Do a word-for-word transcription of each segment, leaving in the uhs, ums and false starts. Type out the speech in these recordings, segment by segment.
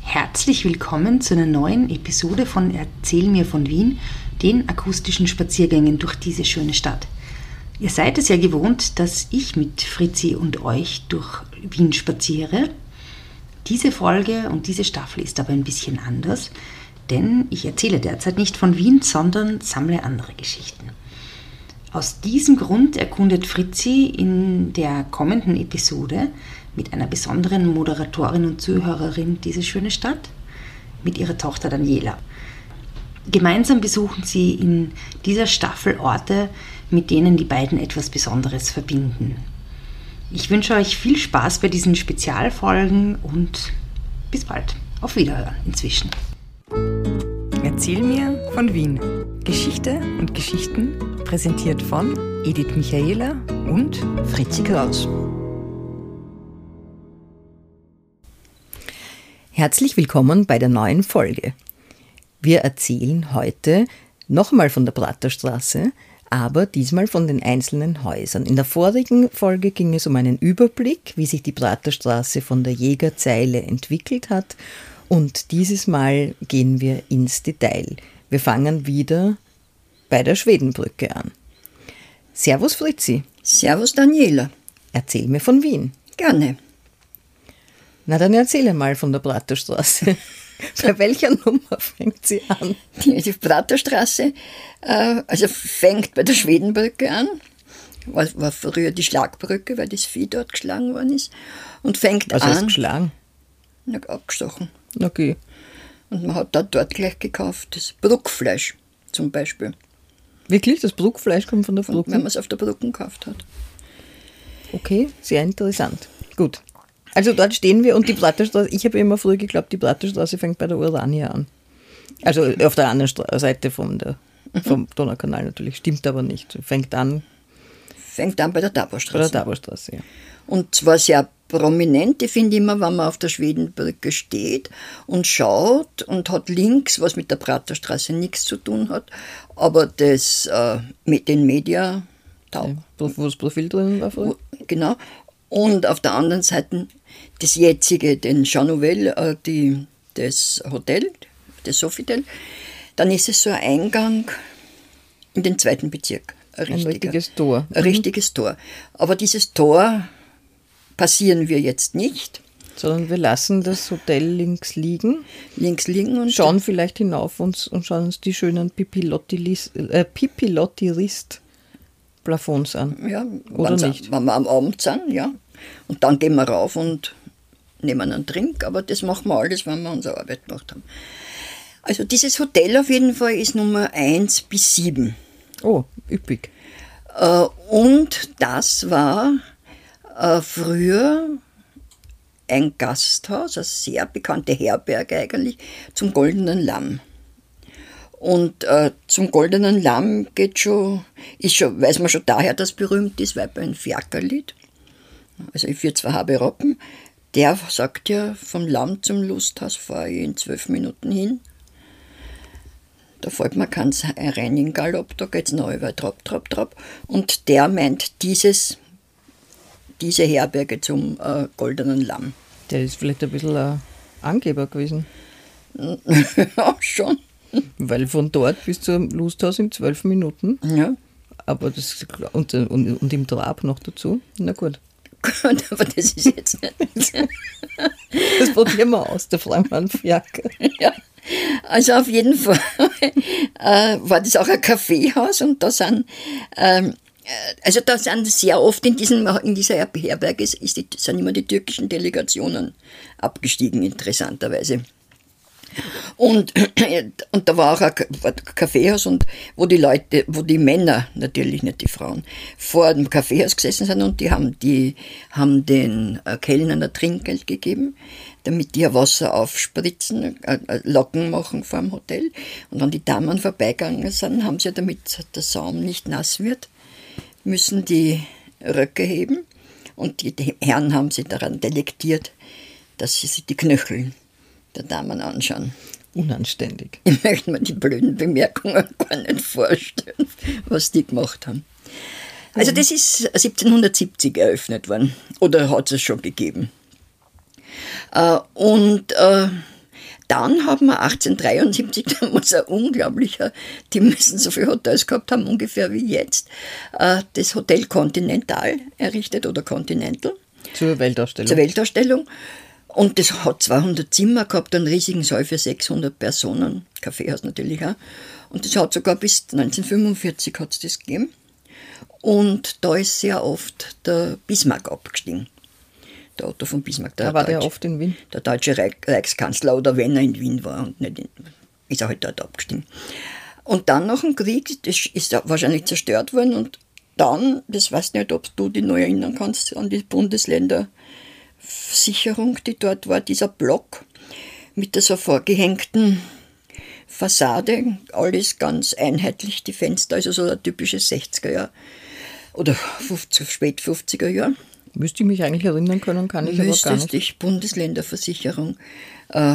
Herzlich willkommen zu einer neuen Episode von Erzähl mir von Wien, den akustischen Spaziergängen durch diese schöne Stadt. Ihr seid es ja gewohnt, dass ich mit Fritzi und euch durch Wien spaziere. Diese Folge und diese Staffel ist aber ein bisschen anders, denn ich erzähle derzeit nicht von Wien, sondern sammle andere Geschichten. Aus diesem Grund erkundet Fritzi in der kommenden Episode mit einer besonderen Moderatorin und Zuhörerin diese schöne Stadt, mit ihrer Tochter Daniela. Gemeinsam besuchen sie in dieser Staffel Orte, mit denen die beiden etwas Besonderes verbinden. Ich wünsche euch viel Spaß bei diesen Spezialfolgen und bis bald. Auf Wiederhören inzwischen. Erzähl mir von Wien. Geschichte und Geschichten präsentiert von Edith Michaela und Fritzi Kraus. Herzlich willkommen bei der neuen Folge. Wir erzählen heute nochmal von der Praterstraße, aber diesmal von den einzelnen Häusern. In der vorigen Folge ging es um einen Überblick, wie sich die Praterstraße von der Jägerzeile entwickelt hat. Und dieses Mal gehen wir ins Detail. Wir fangen wieder bei der Schwedenbrücke an. Servus Fritzi. Servus Daniela. Erzähl mir von Wien. Gerne. Na, dann erzähle mal von der Praterstraße. Bei welcher Nummer fängt sie an? Die, die Praterstraße äh, also fängt bei der Schwedenbrücke an. War, war früher die Schlagbrücke, weil das Vieh dort geschlagen worden ist. Und fängt Was an. Was heißt geschlagen? Na, abgestochen. Okay. Und man hat da dort gleich gekauft, das Bruckfleisch zum Beispiel. Wirklich? Das Bruckfleisch kommt von der Brücke? Wenn man es auf der Brücke gekauft hat. Okay, sehr interessant. Gut. Also dort stehen wir und die Praterstraße, ich habe immer früher geglaubt, die Praterstraße fängt bei der Urania an. Also auf der anderen Stra- Seite vom, der, vom Donaukanal natürlich, stimmt aber nicht. Fängt an... Fängt an bei der Taborstraße. Bei der Taborstraße, ja. Und zwar sehr prominent, ich finde immer, wenn man auf der Schwedenbrücke steht und schaut und hat links, was mit der Praterstraße nichts zu tun hat, aber das, äh, mit den Media ja, wo das Profil drin war früher. Genau. Und auf der anderen Seite das jetzige, den Jean Nouvel, äh, die, das Hotel, das Sofitel. Dann ist es so ein Eingang in den zweiten Bezirk. Ein, ein richtiges Tor. Ein richtiges Tor. Aber dieses Tor passieren wir jetzt nicht. Sondern wir lassen das Hotel links liegen. Links liegen und schauen vielleicht hinauf und, und schauen uns die schönen Pipilotti-Rist-Plafons an. Ja, oder nicht? Wenn wir am Abend sind, ja. Und dann gehen wir rauf und nehmen einen Trink, aber das machen wir alles, wenn wir unsere Arbeit gemacht haben. Also dieses Hotel auf jeden Fall ist Nummer eins bis sieben. Oh, üppig. Äh, und das war äh, früher ein Gasthaus, eine sehr bekannte Herberge eigentlich, zum Goldenen Lamm. Und äh, zum Goldenen Lamm geht schon, ist schon, weiß man schon daher, dass es berühmt ist, weil bei einem Fiakerlied, also ich für zwei habe Rappen, der sagt ja, vom Lamm zum Lusthaus fahre ich in zwölf Minuten hin. Da fällt mir keins rein in Galopp, da geht es noch über Trab, Trab, Trab. Und der meint dieses, diese Herberge zum äh, Goldenen Lamm. Der ist vielleicht ein bisschen ein Angeber gewesen. Ja, schon. Weil von dort bis zum Lusthaus in zwölf Minuten. Ja. Aber das, und, und, und im Trab noch dazu. Na gut. Gut, aber das ist jetzt nicht. Das probieren wir aus, der Freimann-Fiaker. Ja. Also auf jeden Fall äh, war das auch ein Kaffeehaus und da sind, ähm, also da sind sehr oft in, diesem, in dieser Herberge ist, ist die, sind immer die türkischen Delegationen abgestiegen, interessanterweise. Und, und da war auch ein Kaffeehaus, und wo die Leute, wo die Männer, natürlich nicht die Frauen, vor dem Kaffeehaus gesessen sind und die haben, die haben den Kellnern ein Trinkgeld gegeben, damit die ihr Wasser aufspritzen, äh, Locken machen vor dem Hotel. Und wenn die Damen vorbeigegangen sind, haben sie, damit der Saum nicht nass wird, müssen die Röcke heben. Und die, die Herren haben sie daran delektiert, dass sie sich die Knöchel der Damen anschauen. Unanständig. Ich möchte mir die blöden Bemerkungen gar nicht vorstellen, was die gemacht haben. Also das ist siebzehnhundertsiebzig eröffnet worden. Oder hat es schon gegeben. Und äh, dann haben wir achtzehnhundertdreiundsiebzig, da muss ein unglaublicher, die müssen so viele Hotels gehabt haben, ungefähr wie jetzt, äh, das Hotel Continental errichtet oder Continental. Zur Weltausstellung. Zur Weltausstellung. Und das hat zweihundert Zimmer gehabt, einen riesigen Saal für sechshundert Personen. Kaffeehaus natürlich auch. Und das hat sogar bis neunzehnhundertfünfundvierzig hat's das gegeben. Und da ist sehr oft der Bismarck abgestiegen. Der Otto von Bismarck. Der da war Deutsche, der oft in Wien? Der deutsche Reichskanzler, oder wenn er in Wien war, und nicht in, ist er halt dort abgestiegen. Und dann nach dem Krieg, das ist wahrscheinlich zerstört worden. Und dann, das weiß nicht, ob du dich noch erinnern kannst, an die Bundesländerversicherung, die dort war, dieser Block mit der so vorgehängten Fassade, alles ganz einheitlich, die Fenster, also so ein typisches sechziger Jahr oder fünfzig, spät fünfziger Jahr. Müsste ich mich eigentlich erinnern können, kann ich aber gar nicht. Dich, Bundesländerversicherung. Äh,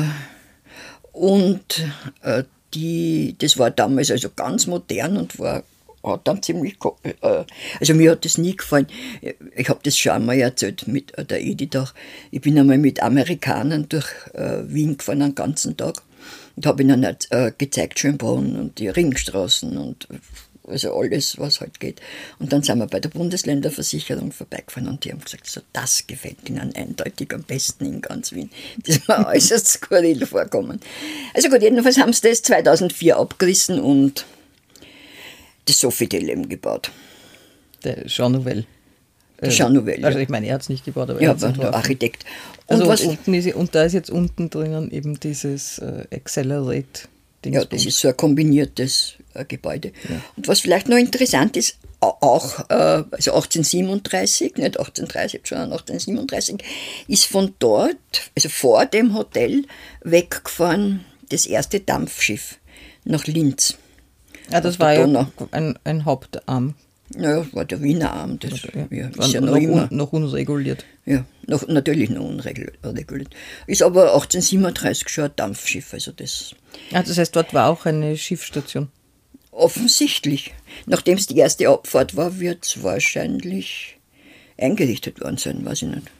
und äh, die, das war damals also ganz modern und war hat dann ziemlich, äh, also mir hat das nie gefallen. Ich habe das schon einmal erzählt mit der Edith auch. Ich bin einmal mit Amerikanern durch äh, Wien gefahren, einen ganzen Tag. Und habe ihnen äh, gezeigt, Schönbrunn und die Ringstraßen und also alles, was halt geht. Und dann sind wir bei der Bundesländerversicherung vorbeigefahren und die haben gesagt, so, das gefällt ihnen eindeutig am besten in ganz Wien. Das ist mir äußerst skurril vorkommen. Also gut, jedenfalls haben sie das zweitausendvier abgerissen und das Sofitel eben gebaut. Der Jean Nouvel. Der Jean Nouvel, Also ja. ich meine, er hat es nicht gebaut, aber ja, er hat es der Architekt. Und, also was, unten ist, und da ist jetzt unten drinnen eben dieses äh, Accelerate-Ding. ja, das ist so ein kombiniertes äh, Gebäude. Ja. Und was vielleicht noch interessant ist, auch äh, also achtzehnhundertsiebenunddreißig, nicht achtzehnhundertdreißig, sondern achtzehnhundertsiebenunddreißig, ist von dort, also vor dem Hotel, weggefahren das erste Dampfschiff nach Linz. Ja, das war ja ein, ein Hauptarm. Naja, war der Wiener Arm, das ja. Ja, ist war ja noch, noch immer. Un, noch unreguliert. Ja, noch, natürlich noch unreguliert. Ist aber achtzehnhundertsiebenunddreißig schon ein Dampfschiff, also das... Ah, das heißt, dort war auch eine Schiffsstation? Offensichtlich. Nachdem es die erste Abfahrt war, wird es wahrscheinlich eingerichtet worden sein, weiß ich nicht.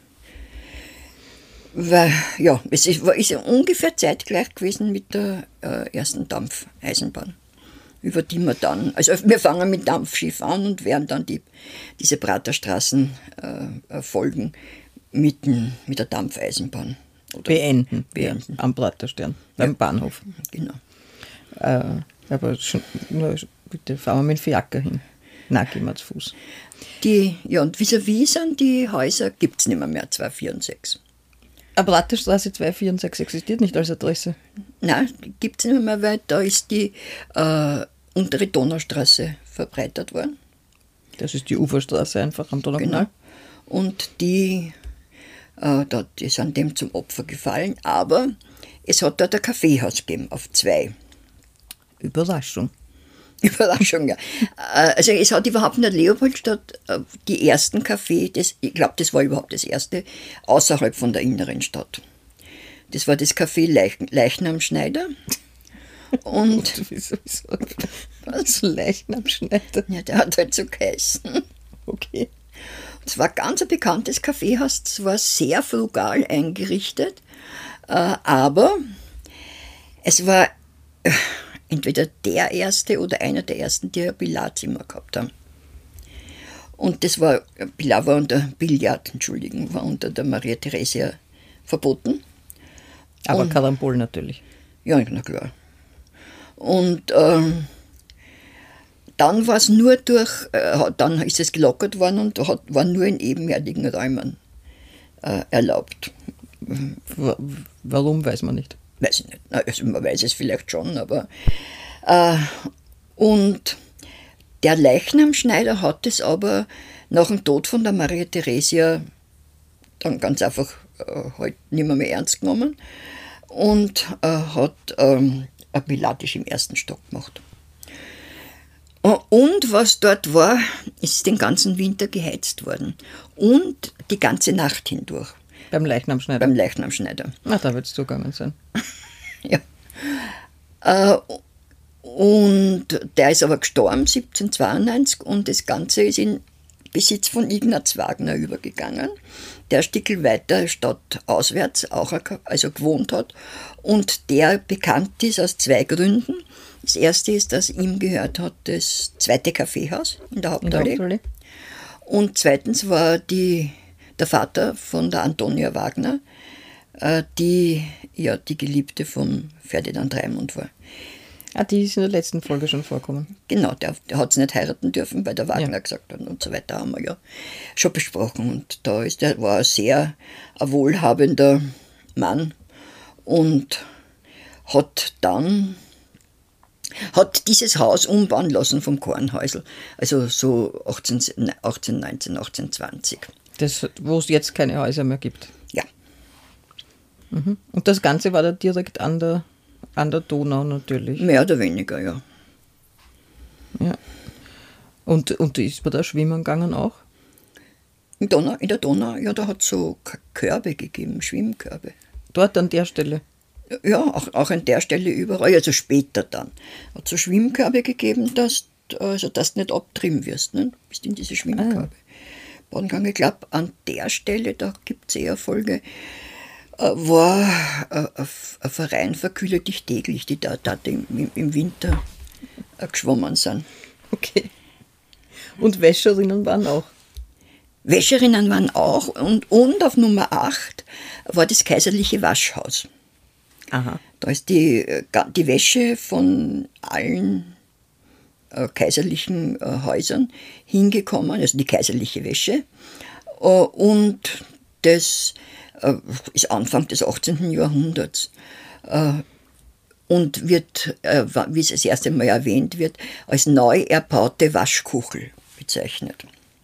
Weil, ja, es ist, ist ja ungefähr zeitgleich gewesen mit der äh, ersten Dampfeisenbahn, über die wir dann, also wir fangen mit Dampfschiff an und werden dann die, diese Praterstraßen äh, folgen mit, mit der Dampfeisenbahn. Oder beenden, beenden. Ja, am Praterstern, beim ja. Bahnhof. Genau. Äh, aber schon, nur, bitte fahren wir mit dem Fiaker hin. Nein, gehen wir zu Fuß. Die, ja, und vis-à-vis sind die Häuser, gibt es nicht mehr, mehr, zwei, vier und sechs. Aber Praterstraße zwei, vier und sechs existiert nicht als Adresse? Nein, gibt es nicht mehr, weil da ist die äh, untere Donaustraße verbreitert worden. Das ist die Uferstraße einfach am Donaukanal. Genau. Und die, äh, da, die sind dem zum Opfer gefallen, aber es hat dort ein Kaffeehaus gegeben, auf zwei. Überraschung. Überraschung, ja. Also es hat überhaupt in der Leopoldstadt die ersten Cafés, das, ich glaube, das war überhaupt das erste, außerhalb von der inneren Stadt. Das war das Café Leich, Leichnamschneider. Und wieso, wieso? Was Leichnamschneider? Ja, der hat halt so geheißen. Okay. Es war ganz ein bekanntes Kaffeehaus, es war sehr frugal eingerichtet, aber es war entweder der erste oder einer der ersten, die ein Billardzimmer gehabt haben. Und das war, Billard war unter, Billard, Entschuldigung, war unter der Maria Theresia verboten. Aber und, Karambol natürlich. Ja, na klar. Und ähm, dann war es nur durch, äh, dann ist es gelockert worden und hat, war nur in ebenerdigen Räumen äh, erlaubt. Warum, weiß man nicht. Weiß ich nicht. Also man weiß es vielleicht schon, aber äh, und der Leichnamschneider hat es aber nach dem Tod von der Maria Theresia dann ganz einfach äh, halt nicht mehr, mehr ernst genommen und äh, hat ähm, ein Pilates im ersten Stock gemacht. Und was dort war, ist den ganzen Winter geheizt worden und die ganze Nacht hindurch. Beim Leichnamschneider? Beim Leichnamschneider. Ach, da wird es zugegangen sein. Ja. Äh, und der ist aber gestorben, siebzehnhundertzweiundneunzig, und das Ganze ist in Besitz von Ignaz Wagner übergegangen, der ein Stückel weiter stadtauswärts auch also gewohnt hat und der bekannt ist aus zwei Gründen. Das erste ist, dass ihm gehört hat das zweite Kaffeehaus in der Hauptallee. In der Hauptallee. Und zweitens war die, der Vater von der Antonia Wagner, äh, die ja die Geliebte von Ferdinand Raimund war. Ah, die ist in der letzten Folge schon vorgekommen. Genau, der, der hat es nicht heiraten dürfen, weil der Wagner Ja. gesagt hat und so weiter, haben wir ja schon besprochen. Und da ist der, war ein sehr ein wohlhabender Mann und hat dann hat dieses Haus umbauen lassen vom Kornhäusl, also so achtzehn, achtzehn neunzehn, achtzehn zwanzig. Das, wo es jetzt keine Häuser mehr gibt. Ja, Mhm. Und das Ganze war da direkt an der, an der Donau natürlich. mehr oder weniger, ja. Ja. Und, und ist man da schwimmen gegangen auch? In, Donau, in der Donau, ja, da hat es so K- Körbe gegeben, Schwimmkörbe. Dort an der Stelle. Ja, auch, auch an der Stelle überall, also später dann. Hat so Schwimmkörbe gegeben, dass, also, dass du nicht abtrieben wirst, ne? Bist in diese Schwimmkörbe. Baden, ich glaube, an der Stelle, da gibt es eh eine Folge, äh, war äh, ein ein Verein Verkühle dich täglich, die da, da im, im Winter äh, geschwommen sind. Okay. Und Wäscherinnen waren auch. Wäscherinnen waren auch und, und auf Nummer acht war das kaiserliche Waschhaus. Aha. Da ist die, äh, ga- die Wäsche von allen äh, kaiserlichen äh, Häusern hingekommen, also die kaiserliche Wäsche. Äh, und das äh, ist Anfang des achtzehnten. Jahrhunderts. Äh, und wird, äh, wa- wie es das erste Mal erwähnt wird, als neu erbaute Waschkuchel bezeichnet.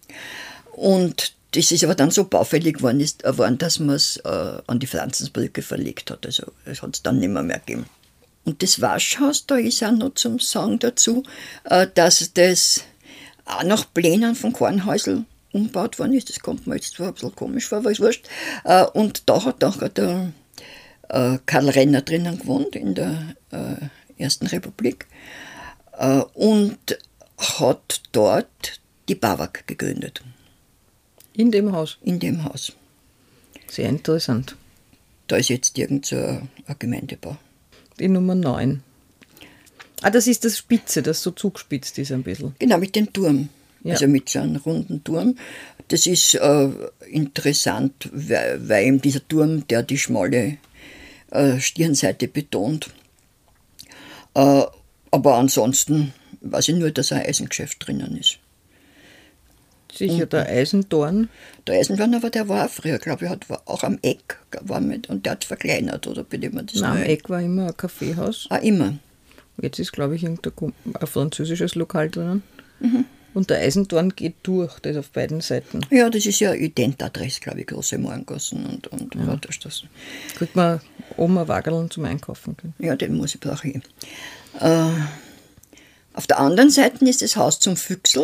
Und das ist aber dann so baufällig geworden, ist, äh, worden, dass man es äh, an die Franzensbrücke verlegt hat. Also es hat es dann nicht mehr, mehr gegeben. Und das Waschhaus, da ist auch noch zum Sagen dazu, äh, dass das auch nach Plänen von Kornhäusl umgebaut worden ist. Das kommt mir jetzt zwar ein bisschen komisch vor, aber ist wurscht. Äh, und da hat auch der äh, Karl Renner drinnen gewohnt, in der äh, Ersten Republik. Äh, und hat dort die BAWAG gegründet, In dem Haus. in dem Haus. Sehr interessant. Da ist jetzt irgend so ein ein Gemeindebau. Die Nummer neun. Ah, das ist das Spitze, das so zugespitzt ist ein bisschen. Genau, mit dem Turm. Ja. Also mit so einem runden Turm. Das ist äh, interessant, weil, weil eben dieser Turm, der die schmale äh, Stirnseite betont. Äh, aber ansonsten weiß ich nur, dass ein Eisengeschäft drinnen ist. Sicher der Eisentorn. Der Eisenbahn, aber der war auch früher, glaube ich, hat, war auch am Eck war mit, und der hat verkleinert, oder bei dem man das Nein, am neue- Eck war immer ein Kaffeehaus. Ah, immer. Jetzt ist, glaube ich, irgendein Kom- ein französisches Lokal drinnen. Mhm. Und der Eisentorn geht durch, das auf beiden Seiten. Ja, das ist ja Identadress, glaube ich, große Morgengassen und, und ja. Waterstraßen. Kriegt man oben ein Waggeln zum Einkaufen. Gell? Ja, den muss ich brauche ich. Äh, auf der anderen Seite ist das Haus zum Füchsel.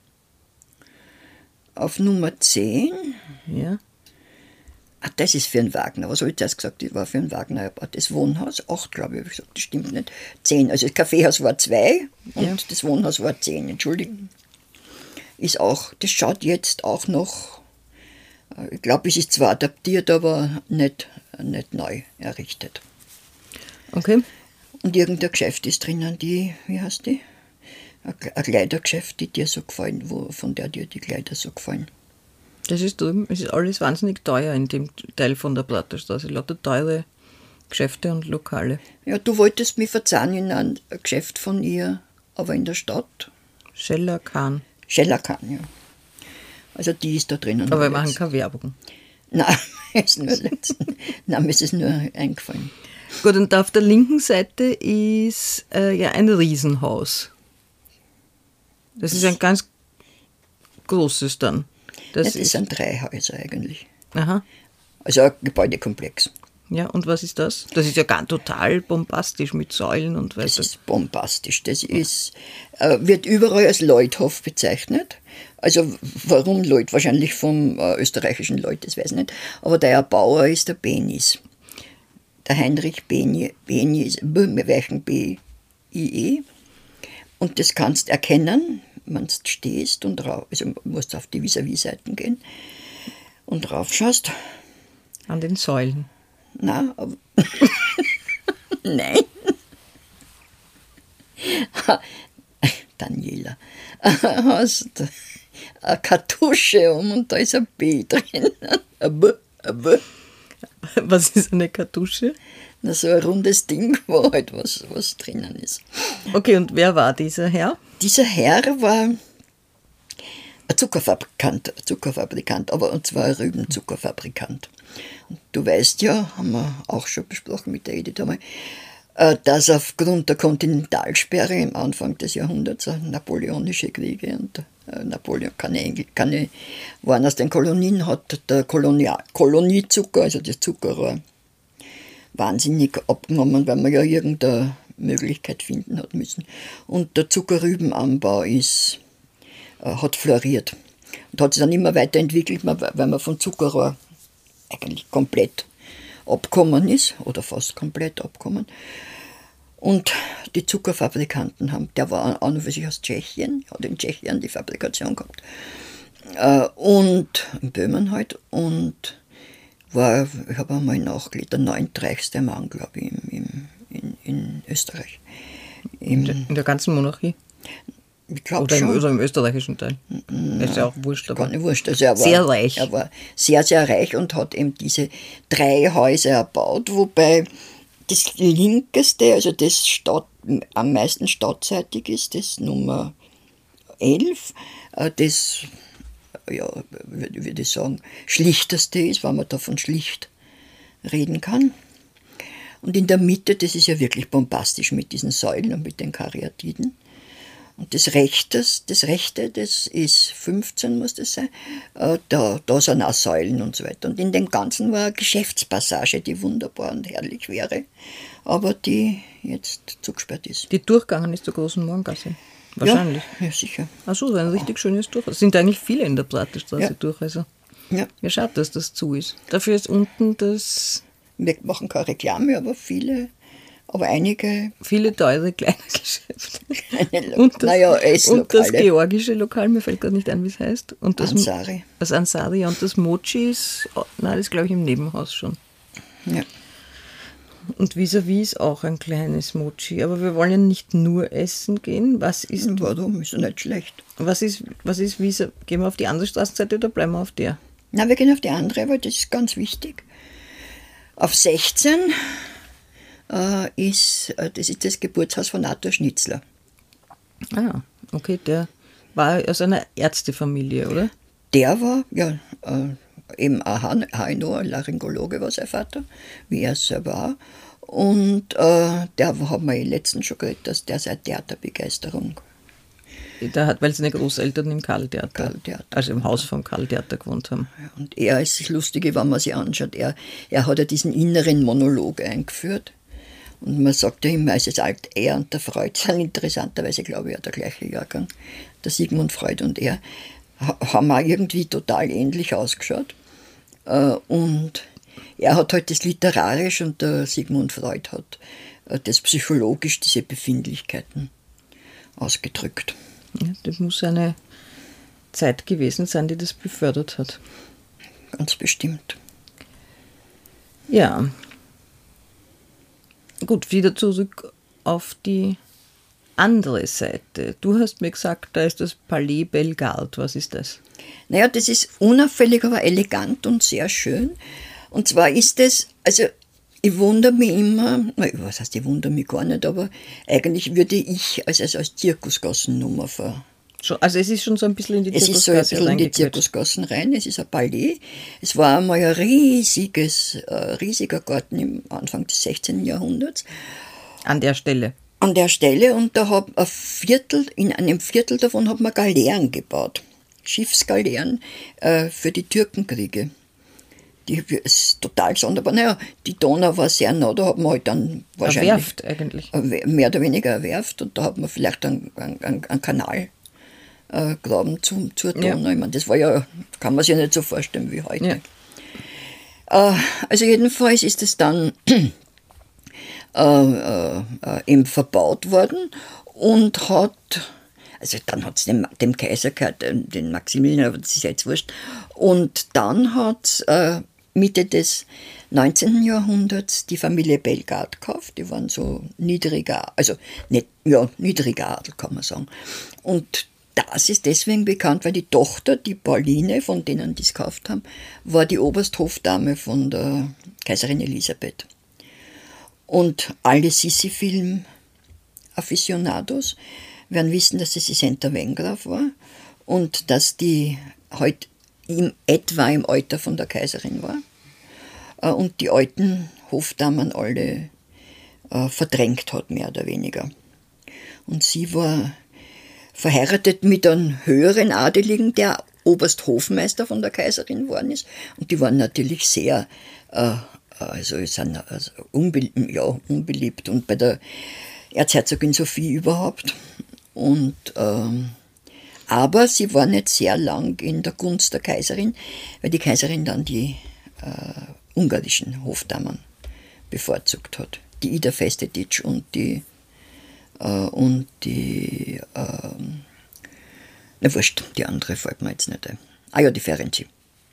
Auf Nummer zehn. Ja. Ah, das ist für einen Wagner. Was habe ich zuerst gesagt? Das war für einen Wagner erbaut. Das Wohnhaus, acht, glaube ich, habe ich gesagt, das stimmt nicht. Zehn. Also das Kaffeehaus war zwei und Ja. das Wohnhaus war zehn. Entschuldigung. Ist auch, das schaut jetzt auch noch, äh, ich glaube, es ist zwar adaptiert, aber nicht, nicht neu errichtet. Okay. Und irgendein Geschäft ist drinnen, die, wie heißt die? Ein Kle- ein Kleidergeschäft, die dir so gefallen, wo, von der dir die Kleider so gefallen. Das ist drüben. Es ist alles wahnsinnig teuer in dem Teil von der Platterstraße. Lauter teure Geschäfte und Lokale. Ja, du wolltest mich verzahnen in ein Geschäft von ihr, aber in der Stadt. Scheller Kahn. Schellakan, ja. Also die ist da drinnen. Aber wir machen keine Werbung. Nein, ist nur letzten. Nein, mir ist es nur eingefallen. Gut, und auf der linken Seite ist äh, ja ein Riesenhaus. Das ist ein ganz großes dann. Das, Das, das sind drei Häuser eigentlich. Aha. Also ein Gebäudekomplex. Ja, und was ist das? Das ist ja ganz total bombastisch mit Säulen und Das weiter. ist bombastisch. Das ist, äh, wird überall als Leuthof bezeichnet. Also warum Leut? Wahrscheinlich vom äh, österreichischen Leut, das weiß ich nicht. Aber der Erbauer ist der Benis. Der Heinrich Beni, Benis, B, wir weichen B I E. Und das kannst erkennen wenn du stehst und rauf, also musst auf die Vis-à-vis-Seiten gehen und raufschaust. An den Säulen. Nein, aber nein. Daniela, hast eine Kartusche um und da ist ein B drin. Aber, aber. Was ist eine Kartusche? Na, so ein rundes Ding, wo halt was, was drinnen ist. Okay, und wer war dieser Herr? Dieser Herr war ein Zuckerfabrikant, ein Zuckerfabrikant, aber und zwar ein Rübenzuckerfabrikant. Und du weißt ja, haben wir auch schon besprochen mit der Edith einmal, dass aufgrund der Kontinentalsperre im Anfang des Jahrhunderts napoleonische Kriege und Napoleon keine, Engel, keine waren aus den Kolonien, hat der Kolonia, Koloniezucker, also das Zuckerrohr, wahnsinnig abgenommen, weil man ja irgendeine Möglichkeit finden hat müssen. Und der Zuckerrübenanbau ist, äh, hat floriert und hat sich dann immer weiterentwickelt, weil man von Zuckerrohr eigentlich komplett abgekommen ist, oder fast komplett abgekommen. Und die Zuckerfabrikanten haben, der war an und für sich aus Tschechien, hat in Tschechien die Fabrikation gehabt. Äh, und in Böhmen halt. Und war, ich habe einmal nachgelesen, der neuntreichste Mann, glaube ich, im, im, in, in Österreich. Im, in der ganzen Monarchie? Ich glaube oder, schon. Im, oder im österreichischen Teil? Nein, ist ja auch wurscht. Aber gar nicht wurscht. Also er war, sehr reich. Er war sehr, sehr reich und hat eben diese drei Häuser erbaut, wobei das linkeste, also das Stadt, am meisten stadtseitig ist, das Nummer elf, das, ja, würde ich sagen, schlichteste ist, wenn man davon schlicht reden kann. Und in der Mitte, das ist ja wirklich bombastisch mit diesen Säulen und mit den Karyatiden. Und das Rechte, das Rechte, das ist fünfzehn, muss das sein, da, da sind auch Säulen und so weiter. Und in dem Ganzen war eine Geschäftspassage, die wunderbar und herrlich wäre, aber die jetzt zugesperrt ist. Die durchgegangen ist zur Großen Morgengasse? Wahrscheinlich. Ja, ja sicher. Ach so, so ein richtig schönes Durch. Es sind eigentlich viele in der Praterstraße ja. durch, also ja. ja, schade, dass das zu ist. Dafür ist unten das... Wir machen keine Reklame, aber viele... Aber einige... Viele teure kleine Geschäfte. Lo- und, das, naja, und das georgische Lokal, mir fällt gerade nicht ein, wie es heißt. Und das Ansari. Das Ansari, ja, und das Mochi ist, nein, das glaube ich im Nebenhaus schon. Ja. Und vis-à-vis ist auch ein kleines Mochi. Aber wir wollen ja nicht nur essen gehen. Was ist... Warum? Ist ja nicht schlecht. Was ist, was ist vis-à-vis? Gehen wir auf die andere Straßenseite oder bleiben wir auf der? Na, wir gehen auf die andere, weil das ist ganz wichtig. Auf sechzehn... Uh, ist, uh, das ist das Geburtshaus von Arthur Schnitzler. Ah, okay, der war aus einer Ärztefamilie, oder? Der war, ja, uh, eben ein H N O, ein Laryngologe war sein Vater, wie er es selber auch. Und uh, der haben wir letztens schon geredet, dass der seine Theaterbegeisterung. Der hat, weil seine Großeltern im Karl-Theater, Karl-Theater, also im Haus vom Karl-Theater gewohnt haben. Ja, und er ist das Lustige, wenn man sich anschaut, er, er hat ja diesen inneren Monolog eingeführt. Und man sagt ja immer, es ist alt, er und der Freud sind interessanterweise, glaube ich, auch der gleiche Jahrgang. Der Sigmund Freud und er haben auch irgendwie total ähnlich ausgeschaut. Und er hat halt das literarisch und der Sigmund Freud hat das psychologisch, diese Befindlichkeiten ausgedrückt. Ja, das muss eine Zeit gewesen sein, die das befördert hat. Ganz bestimmt. Ja. Gut, wieder zurück auf die andere Seite. Du hast mir gesagt, da ist das Palais Bellegarde. Was ist das? Naja, das ist unauffällig, aber elegant und sehr schön. Und zwar ist es, also ich wundere mich immer, was heißt, ich wundere mich gar nicht, aber eigentlich würde ich als, als, als Zirkusgassennummer ver... Also es ist schon so ein bisschen in die Zirkusgasse. Es ist so ein bisschen in die Zirkusgassen rein, es ist ein Palais. Es war einmal ein riesiges, äh, riesiger Garten im Anfang des sechzehnten Jahrhunderts. An der Stelle? An der Stelle und da hat ein Viertel, in einem Viertel davon hat man Galeeren gebaut. Schiffsgaleeren äh, für die Türkenkriege. Die ist total sonderbar. Naja, die Donau war sehr nah, da hat man halt dann wahrscheinlich... Eine Werft eigentlich. Mehr oder weniger eine Werft und da hat man vielleicht einen, einen, einen Kanal äh, graben zum, zur Donau. Ja. Ich meine, das war ja, kann man sich ja nicht so vorstellen wie heute. Ja. Äh, also jedenfalls ist es dann äh, äh, eben verbaut worden und hat Also dann hat es dem, dem Kaiser gehört, den Maximilian, aber das ist jetzt wurscht. Und dann hat es äh, Mitte des neunzehnten Jahrhunderts die Familie Bellegarde gekauft. Die waren so niedriger, also nicht, ja, niedriger Adel, kann man sagen. Und das ist deswegen bekannt, weil die Tochter, die Pauline, von denen die es gekauft haben, war die Obersthofdame von der Kaiserin Elisabeth. Und alle Sissi-Film-Afficionados werden wissen, dass es die Senta Wengraf war und dass die heute im, etwa im Alter von der Kaiserin war und die alten Hofdamen alle äh, verdrängt hat, mehr oder weniger. Und sie war verheiratet mit einem höheren Adeligen, der Obersthofmeister von der Kaiserin geworden ist. Und die waren natürlich sehr äh, also, sind, also unbeliebt, ja, unbeliebt und bei der Erzherzogin Sophie überhaupt. Und, ähm, aber sie war nicht sehr lang in der Gunst der Kaiserin, weil die Kaiserin dann die äh, ungarischen Hofdamen bevorzugt hat. Die Ida Festetic und die äh, und die äh, na wurscht, die andere fällt mir jetzt nicht ein. Ah ja, die Ferenci.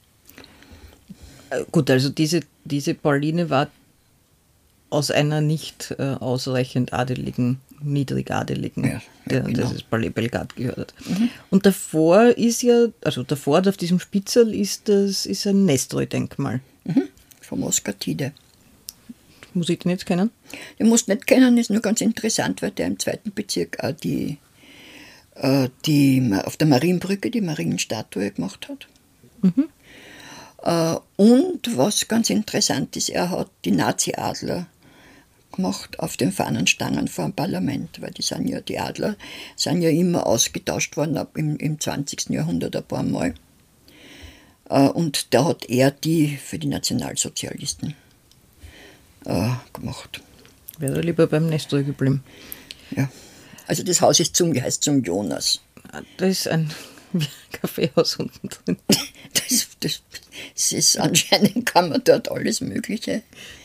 Gut, also diese, diese Pauline war aus einer nicht äh, ausreichend adeligen, niedrigadeligen, ja, ja, der genau. das Bellegarde gehört hat. Mhm. Und davor ist ja, also davor auf diesem Spitzel ist das ist ein Nestroy-Denkmal. Mhm. Vom Oskar Tide. Muss ich den jetzt kennen? Den musst du nicht kennen, ist nur ganz interessant, weil der im zweiten Bezirk auch die, äh, die auf der Marienbrücke die Marienstatue gemacht hat. Mhm. Und was ganz interessant ist, er hat die Nazi-Adler gemacht auf den Fahnenstangen vor dem Parlament, weil die sind ja, die Adler sind ja immer ausgetauscht worden ab im, im zwanzigsten Jahrhundert ein paar Mal. Und da hat er die für die Nationalsozialisten äh, gemacht. Wäre lieber beim Nestor geblieben. Ja, also das Haus ist zum, heißt zum Jonas. Da ist ein Kaffeehaus unten drin. Das, das, das ist anscheinend, kann man dort alles Mögliche.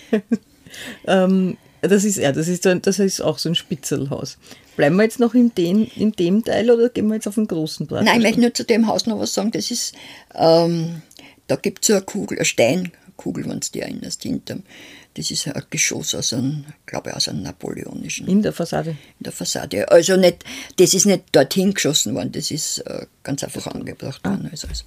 ähm, das ist ja, das ist, so ein, das ist auch so ein Spitzelhaus. Bleiben wir jetzt noch in, den, in dem Teil oder gehen wir jetzt auf den großen Platz? Nein, ich möchte nur zu dem Haus noch was sagen. Das ist, ähm, da gibt es so eine Kugel, eine Steinkugel, wenn du dich erinnerst, hinterm. Das ist ein Geschoss aus einem, glaube ich, aus einem napoleonischen. In der Fassade? In der Fassade. Also nicht, das ist nicht dorthin geschossen worden, das ist äh, ganz einfach angebracht worden. Ah. Also, also.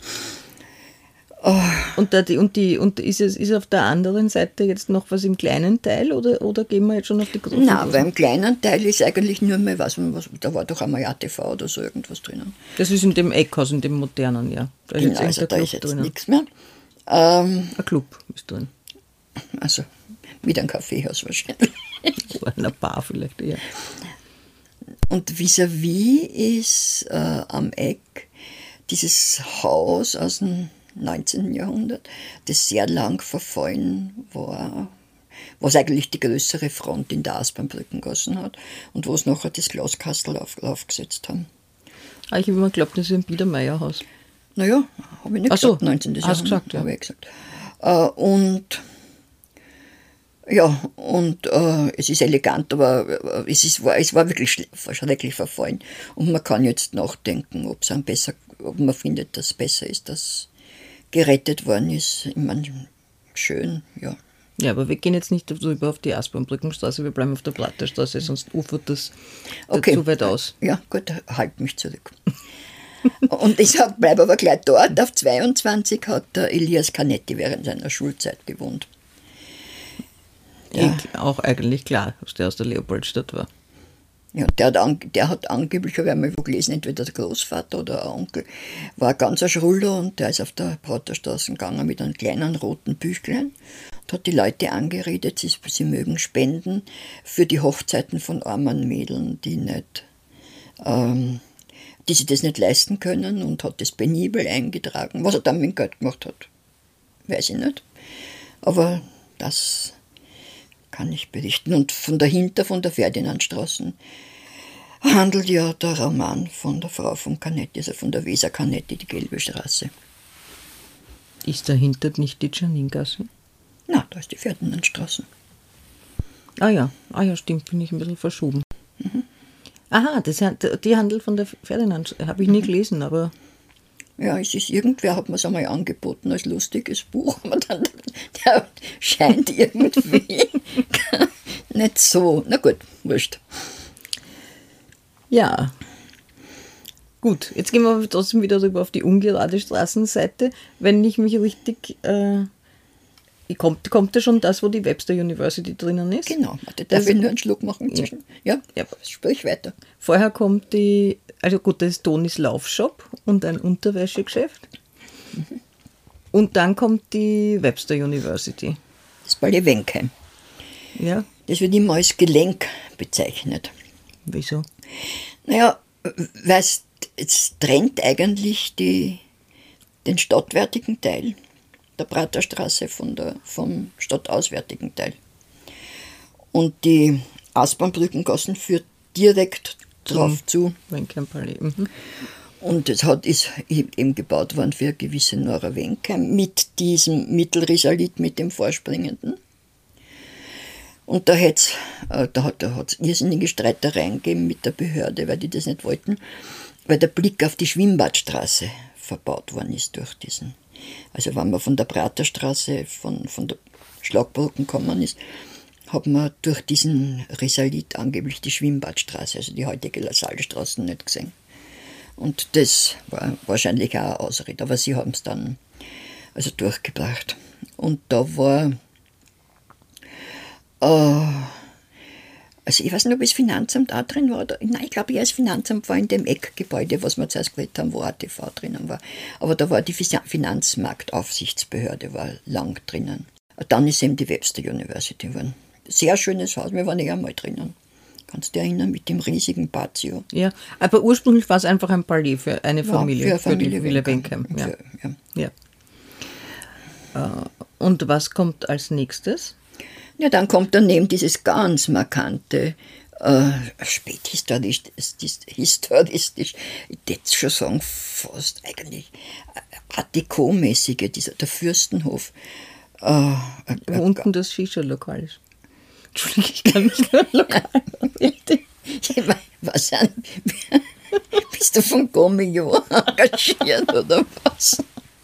Oh. Und, da die, und, die, und ist, es, ist auf der anderen Seite jetzt noch was im kleinen Teil oder, oder gehen wir jetzt schon auf die großen? Nein, weil im kleinen Teil ist eigentlich nur mehr was, was da war doch einmal A T V oder so irgendwas drinnen. Das ist in dem Eckhaus, in dem modernen, ja. Da ist genau, jetzt, also da Club ist jetzt drinnen. nichts mehr. Ähm, Ein Club ist drin. Also mit einem Kaffeehaus wahrscheinlich. Oder einer Bar vielleicht eher. Und vis-à-vis ist äh, am Eck dieses Haus aus dem neunzehnten Jahrhundert, das sehr lang verfallen war, was eigentlich die größere Front in der Aspernbrückengassen hat und wo es nachher das Glaskastel auf, aufgesetzt haben. Ah, ich habe immer geglaubt, das ist ein Biedermeierhaus. Naja, habe ich nicht Ach so, gesagt, neunzehnten hast Jahrhundert, gesagt, ja. habe ich gesagt. Äh, und ja, und äh, es ist elegant, aber äh, es, ist, war, es war wirklich schrecklich verfallen. Und man kann jetzt nachdenken, ob es besser, ob man findet, dass es besser ist, dass gerettet worden ist. Ich meine, schön, ja. Ja, aber wir gehen jetzt nicht drüber auf die Aspernbrückenstraße, wir bleiben auf der Platterstraße, sonst ufert das okay. zu weit aus. Ja, gut, halt mich zurück. Und ich bleibe aber gleich dort. Auf zweiundzwanzig hat der Elias Canetti während seiner Schulzeit gewohnt. Ja. Auch eigentlich klar, dass der aus der Leopoldstadt war. Ja, der hat, an, der hat angeblich, habe ich einmal wo gelesen, entweder der Großvater oder ein Onkel, war ganz ein Schruller und der ist auf der Praterstraße gegangen mit einem kleinen roten Büchlein und hat die Leute angeredet, sie, sie mögen spenden für die Hochzeiten von armen Mädeln, die nicht, ähm, die sich das nicht leisten können, und hat das penibel eingetragen. Was er dann mit dem Geld gemacht hat, weiß ich nicht. Aber das kann ich berichten. Und von dahinter, von der Ferdinandstraße, handelt ja der Roman von der Frau von Canetti, also von der Weser Canetti, die Gelbe Straße. Ist dahinter nicht die Janingasse? Na, da ist die Ferdinandstraße. Ah ja, ah ja, stimmt, bin ich ein bisschen verschoben. Mhm. Aha, das, die handelt von der Ferdinand. Habe ich nie gelesen, aber... Ja, es ist irgendwer, hat mir es einmal angeboten als lustiges Buch, aber dann, der scheint irgendwie nicht so. Na gut, wurscht. Ja. Gut, jetzt gehen wir trotzdem wieder rüber auf die ungerade Straßenseite. Wenn ich mich richtig... Äh, kommt, kommt da schon das, wo die Webster University drinnen ist? Genau, da darf ich nur einen Schluck machen zwischen. Ja, ja, sprich weiter. Vorher kommt die, also gut, das ist Tonis Laufshop und ein Unterwäschegeschäft. Mhm. Und dann kommt die Webster University. Das Palais Wenkheim. Ja. Das wird immer als Gelenk bezeichnet. Wieso? Naja, weil es, es trennt eigentlich die, den stadtwärtigen Teil der Praterstraße von der, vom stadtauswärtigen Teil. Und die Aspernbrückengassen führt direkt drauf mhm. zu. Wenkheim Palais. Mhm. Und es hat, ist eben gebaut worden für eine gewisse Nora Wenkheim mit diesem Mittelrisalit, mit dem vorspringenden. Und da, hat's, äh, da hat es irrsinnige Streitereien gegeben mit der Behörde, weil die das nicht wollten, weil der Blick auf die Schwimmbadstraße verbaut worden ist durch diesen. Also wenn man von der Praterstraße, von, von der Schlagbrücken gekommen ist, hat man durch diesen Risalit angeblich die Schwimmbadstraße, also die heutige LaSalle-Straße, nicht gesehen. Und das war wahrscheinlich auch eine Ausrede, aber sie haben es dann also durchgebracht. Und da war, äh, also ich weiß nicht, ob das Finanzamt auch drin war. Oder, nein, ich glaube, ja, das Finanzamt war in dem Eckgebäude, was wir zuerst gewählt haben, wo A T V drinnen war. Aber da war die Finanzmarktaufsichtsbehörde war lang drinnen. Und dann ist eben die Webster University geworden. Sehr schönes Haus, wir waren ja einmal drinnen. Kannst du dich erinnern, mit dem riesigen Patio. Ja, aber ursprünglich war es einfach ein Palais für eine Familie, ja, für, eine Familie für die Familie Wenkheim. Ja. Für, ja. Ja. Und was kommt als nächstes? Ja, dann kommt daneben dieses ganz markante, äh, späthistorisch, historistisch, ich würde schon sagen, fast eigentlich Art Deco-mäßige, dieser, der Fürstenhof. Äh, Wo äh, unten das Shisha-Lokal ist. Entschuldigung, ich kann mich nur lokal ich weiß nicht, bist du von Gomeo engagiert oder was?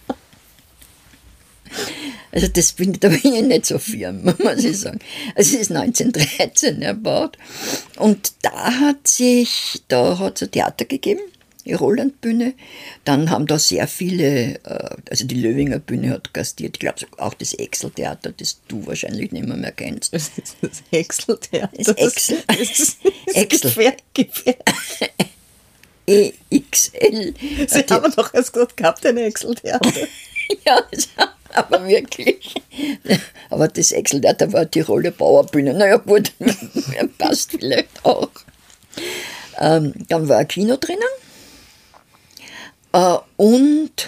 Also das bin, da bin ich nicht so firm, muss ich sagen. Also es ist neunzehnhundertdreizehn erbaut und da hat sich, da hat es ein Theater gegeben, die Rolandbühne. Dann haben da sehr viele, also die Löwinger Bühne hat gastiert, ich glaube auch das Exel-Theater, das du wahrscheinlich nicht mehr, mehr kennst. Das ist das Exel-Theater. Das Exel. Das Exel. Gefähr, gefähr. E X L. Sie die, haben doch erst gerade gehabt, ein Exel-Theater. Ja, aber wirklich. Aber das Exel-Theater war die Rolle Bauerbühne. Naja, gut, passt vielleicht auch. Ähm, dann war ein Kino drinnen. Äh, und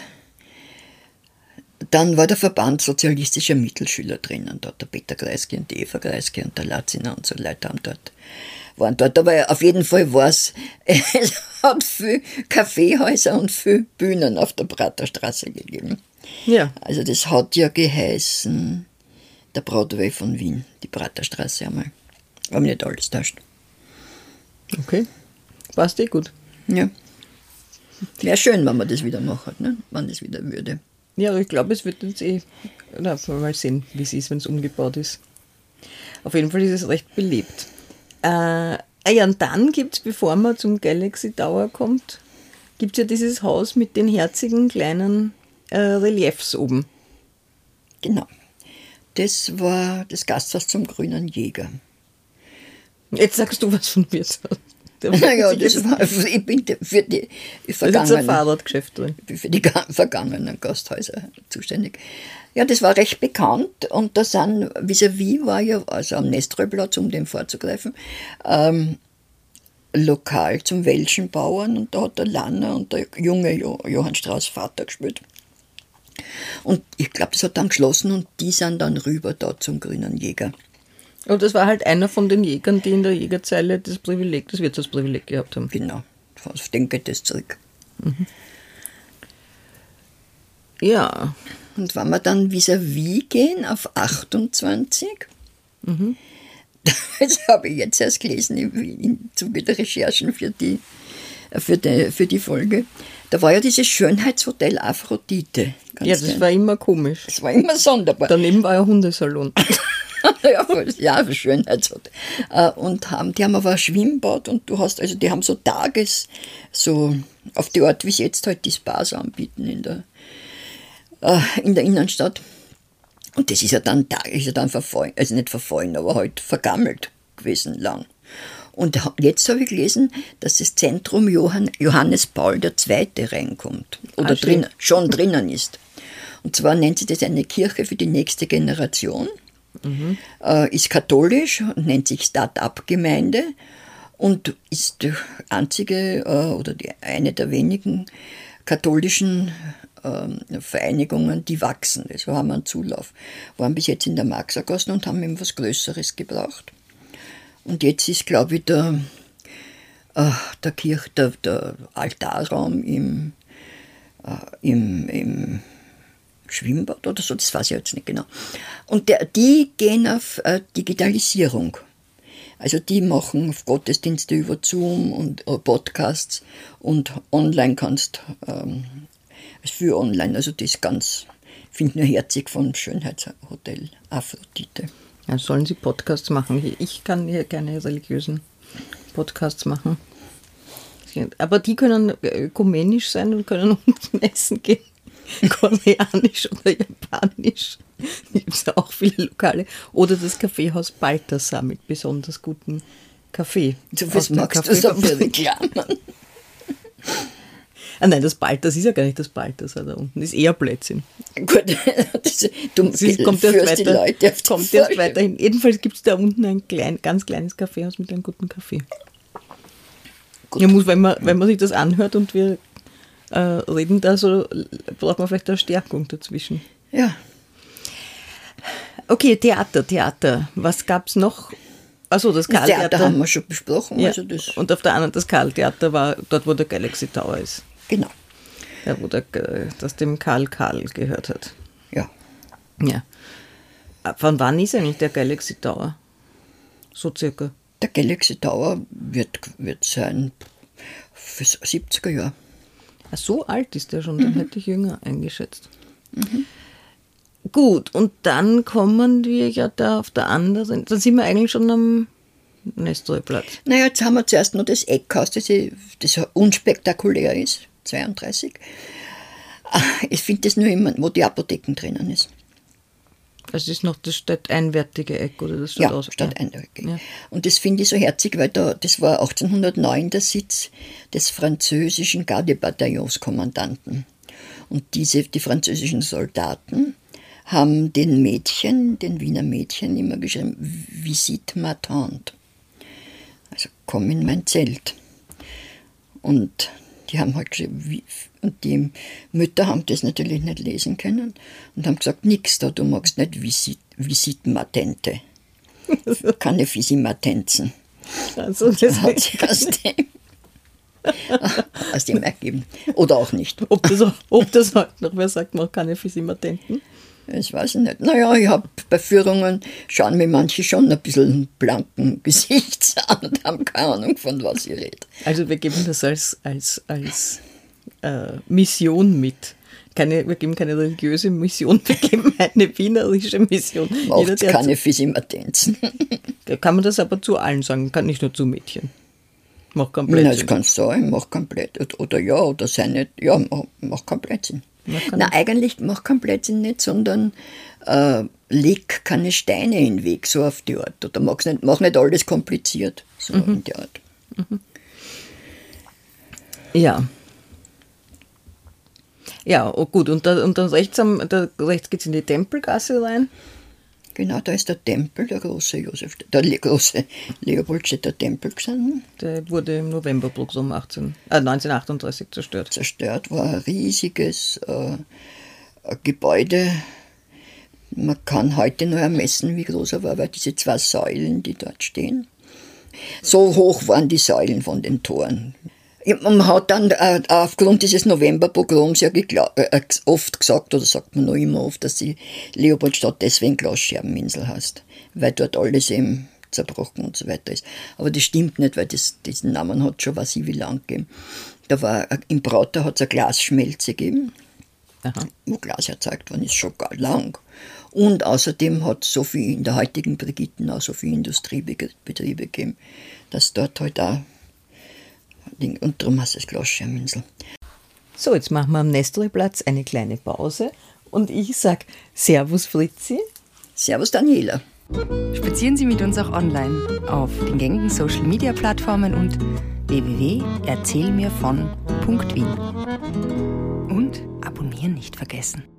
dann war der Verband sozialistischer Mittelschüler drinnen. Da hat der Peter Kreisky und die Eva Kreisky und der Lazina und so Leute haben dort, waren dort. Aber auf jeden Fall war es, es hat viele Kaffeehäuser und viele Bühnen auf der Praterstraße gegeben. Ja. Also das hat ja geheißen, der Broadway von Wien, die Praterstraße einmal. Aber nicht alles täuscht. Okay, passt eh gut. Ja. Wäre schön, wenn man das wieder macht, ne? Wenn das wieder würde. Ja, ich glaube, es wird jetzt eh, na, mal sehen, wie es ist, wenn es umgebaut ist. Auf jeden Fall ist es recht belebt. Äh, ja, und dann gibt es, bevor man zum Galaxy Tower kommt, gibt es ja dieses Haus mit den herzigen kleinen äh, Reliefs oben. Genau. Das war das Gasthaus zum Grünen Jäger. Jetzt sagst du was von Wirtshaus. Naja, das war, ich bin für die vergangenen, Fahrradgeschäft drin. Für die vergangenen Gasthäuser zuständig. Ja, das war recht bekannt und da sind, vis-à-vis war ja, also am Neströplatz, um dem vorzugreifen, ähm, Lokal zum Welschen Bauern und da hat der Lanner und der junge jo- Johann Strauß Vater gespielt. Und ich glaube, das hat dann geschlossen und die sind dann rüber da zum Grünen Jäger. Und das war halt einer von den Jägern, die in der Jägerzeile das Privileg, das Wirtshausprivileg gehabt haben. Genau, auf den geht das zurück. Mhm. Ja. Und wenn wir dann vis-à-vis gehen auf achtundzwanzig, mhm. das habe ich jetzt erst gelesen im, im Zuge der Recherchen für die, für, die, für die Folge. Da war ja dieses Schönheitshotel Aphrodite. Ja, das sein? war immer komisch. Das war immer sonderbar. Daneben war ja ein Hundesalon. ja, ja, Schönheitshotel. Und haben, die haben aber ein Schwimmbad und du hast, also die haben so Tages, so auf die Art, wie sie jetzt halt die Spas anbieten in der, in der Innenstadt. Und das ist ja dann, ist ja dann verfallen, also nicht verfallen, aber halt vergammelt gewesen lang. Und jetzt habe ich gelesen, dass das Zentrum Johann, Johannes Paul der Zweite reinkommt. Oder ah, drin, schon drinnen ist. Und zwar nennt sie das eine Kirche für die nächste Generation. Mhm. Äh, ist katholisch und nennt sich Start-up-Gemeinde und ist die einzige äh, oder die, eine der wenigen katholischen äh, Vereinigungen, die wachsen. Also haben einen Zulauf. Waren bis jetzt in der Marxergasse und haben eben was Größeres gebraucht. Und jetzt ist, glaube ich, der, äh, der, Kirch, der, der Altarraum im, äh, im, im Schwimmbad oder so, das weiß ich jetzt nicht genau. Und der, die gehen auf äh, Digitalisierung. Also die machen Gottesdienste über Zoom und äh, Podcasts und online kannst, ähm, für online, also das ist ganz, finde ich nur herzig vom Schönheitshotel Aphrodite. Ja, sollen sie Podcasts machen? Ich kann hier keine religiösen Podcasts machen. Aber die können ökumenisch sein und können uns zum Essen gehen. Koreanisch oder Japanisch. Da gibt es auch viele Lokale. Oder das Kaffeehaus Balthasar mit besonders gutem Kaffee. So was magst du so für Reklamen? Ah nein, das Balthasar ist ja gar nicht das Balthasar da unten. Das ist eher Blödsinn. Gut, das, du das ist, kommt erst weiter, die Leute auf kommt erst weiterhin. Jedenfalls gibt es da unten ein klein, ganz kleines Kaffeehaus mit einem guten Kaffee. Gut. Ja, muss, wenn, man, wenn man sich das anhört und wir äh, reden da so, braucht man vielleicht eine Stärkung dazwischen. Ja. Okay, Theater, Theater. Was gab es noch? Achso, das Karl-Theater. Das Theater haben wir schon besprochen. Ja. Also das Und auf der anderen, das Karl-Theater war dort, wo der Galaxy Tower ist. Genau. Ja, wo der, das dem Karl Karl gehört hat. Ja. Ja. Von wann ist eigentlich der Galaxy Tower? So circa. Der Galaxy Tower wird, wird sein für siebziger Jahre. Ach, so alt ist der schon, dann mhm. hätte ich jünger eingeschätzt. Mhm. Gut, und dann kommen wir ja da auf der anderen, dann sind wir eigentlich schon am Nestorplatz. Naja, jetzt haben wir zuerst noch das Eckhaus, das, das unspektakulär ist, zweiunddreißig. Ich finde das nur immer, wo die Apotheken drinnen ist. Also ist noch das stadteinwärtige Eck, oder das ja, stadteinwärtige. Ja. Und das finde ich so herzig, weil da, das war achtzehnhundertneun der Sitz des französischen Gardebataillonskommandanten. Und diese, die französischen Soldaten haben den Mädchen, den Wiener Mädchen immer geschrieben, Visite ma tante. Also komm in mein Zelt. Und die haben halt geschrieben, wie, und die Mütter haben das natürlich nicht lesen können und haben gesagt, nix da, du magst nicht Visite, Visite ma tante. Keine Visimatenzen. Also das hat sich aus dem, aus dem ergeben. Oder auch nicht. Ob das, ob das heute noch wer sagt, man keine Visimatenten? Das weiß ich nicht. Naja, ich habe bei Führungen, schauen mir manche schon ein bisschen blanken Gesichts an und haben keine Ahnung, von was ich rede. Also wir geben das als, als, als äh, Mission mit. Keine, wir geben keine religiöse Mission, wir geben eine wienerische Mission. Macht Jeder, der keine Visimatenzen. Kann man das aber zu allen sagen, kann nicht nur zu Mädchen. Mach keinen Blödsinn. Nein, das kann sein, mach keinen Blödsinn. Oder ja, oder sei nicht, ja, mach, mach keinen Blödsinn. Na, eigentlich mach keinen Blödsinn nicht, sondern äh, leg keine Steine in den Weg, so auf die Art. Oder mach's nicht, mach nicht alles kompliziert, so mhm. in der Art. Mhm. Ja. Ja, oh gut, und, da, und dann rechts, am, da, rechts geht es in die Tempelgasse rein. Genau, da ist der Tempel, der große Josef, der große Leopoldstädter Tempel gestanden. Der wurde im Novemberpogrom achtzehn, äh, neunzehnhundertachtunddreißig zerstört. Zerstört, war ein riesiges äh, ein Gebäude. Man kann heute nur ermessen, wie groß er war, weil diese zwei Säulen, die dort stehen, so hoch waren die Säulen von den Toren. Man hat dann äh, aufgrund dieses Novemberpogroms ja gegla- äh, oft gesagt, oder sagt man noch immer oft, dass die Leopoldstadt deswegen Glasscherbenninsel heißt, weil dort alles eben zerbrochen und so weiter ist. Aber das stimmt nicht, weil das, diesen Namen hat schon weiß ich wie lang gegeben. Da war, im Brauter hat es eine Glasschmelze gegeben, Aha. wo Glas erzeugt worden ist, schon gar lang. Und außerdem hat es so viel in der heutigen Brigitten auch so viele Industriebetriebe gegeben, dass dort halt auch, und darum heißt es Glasscherminsel. So, jetzt machen wir am Nestleplatz eine kleine Pause und ich sage Servus Fritzi. Servus Daniela. Spazieren Sie mit uns auch online auf den gängigen Social-Media-Plattformen und w w w punkt erzählmirvon punkt wien. Und abonnieren nicht vergessen.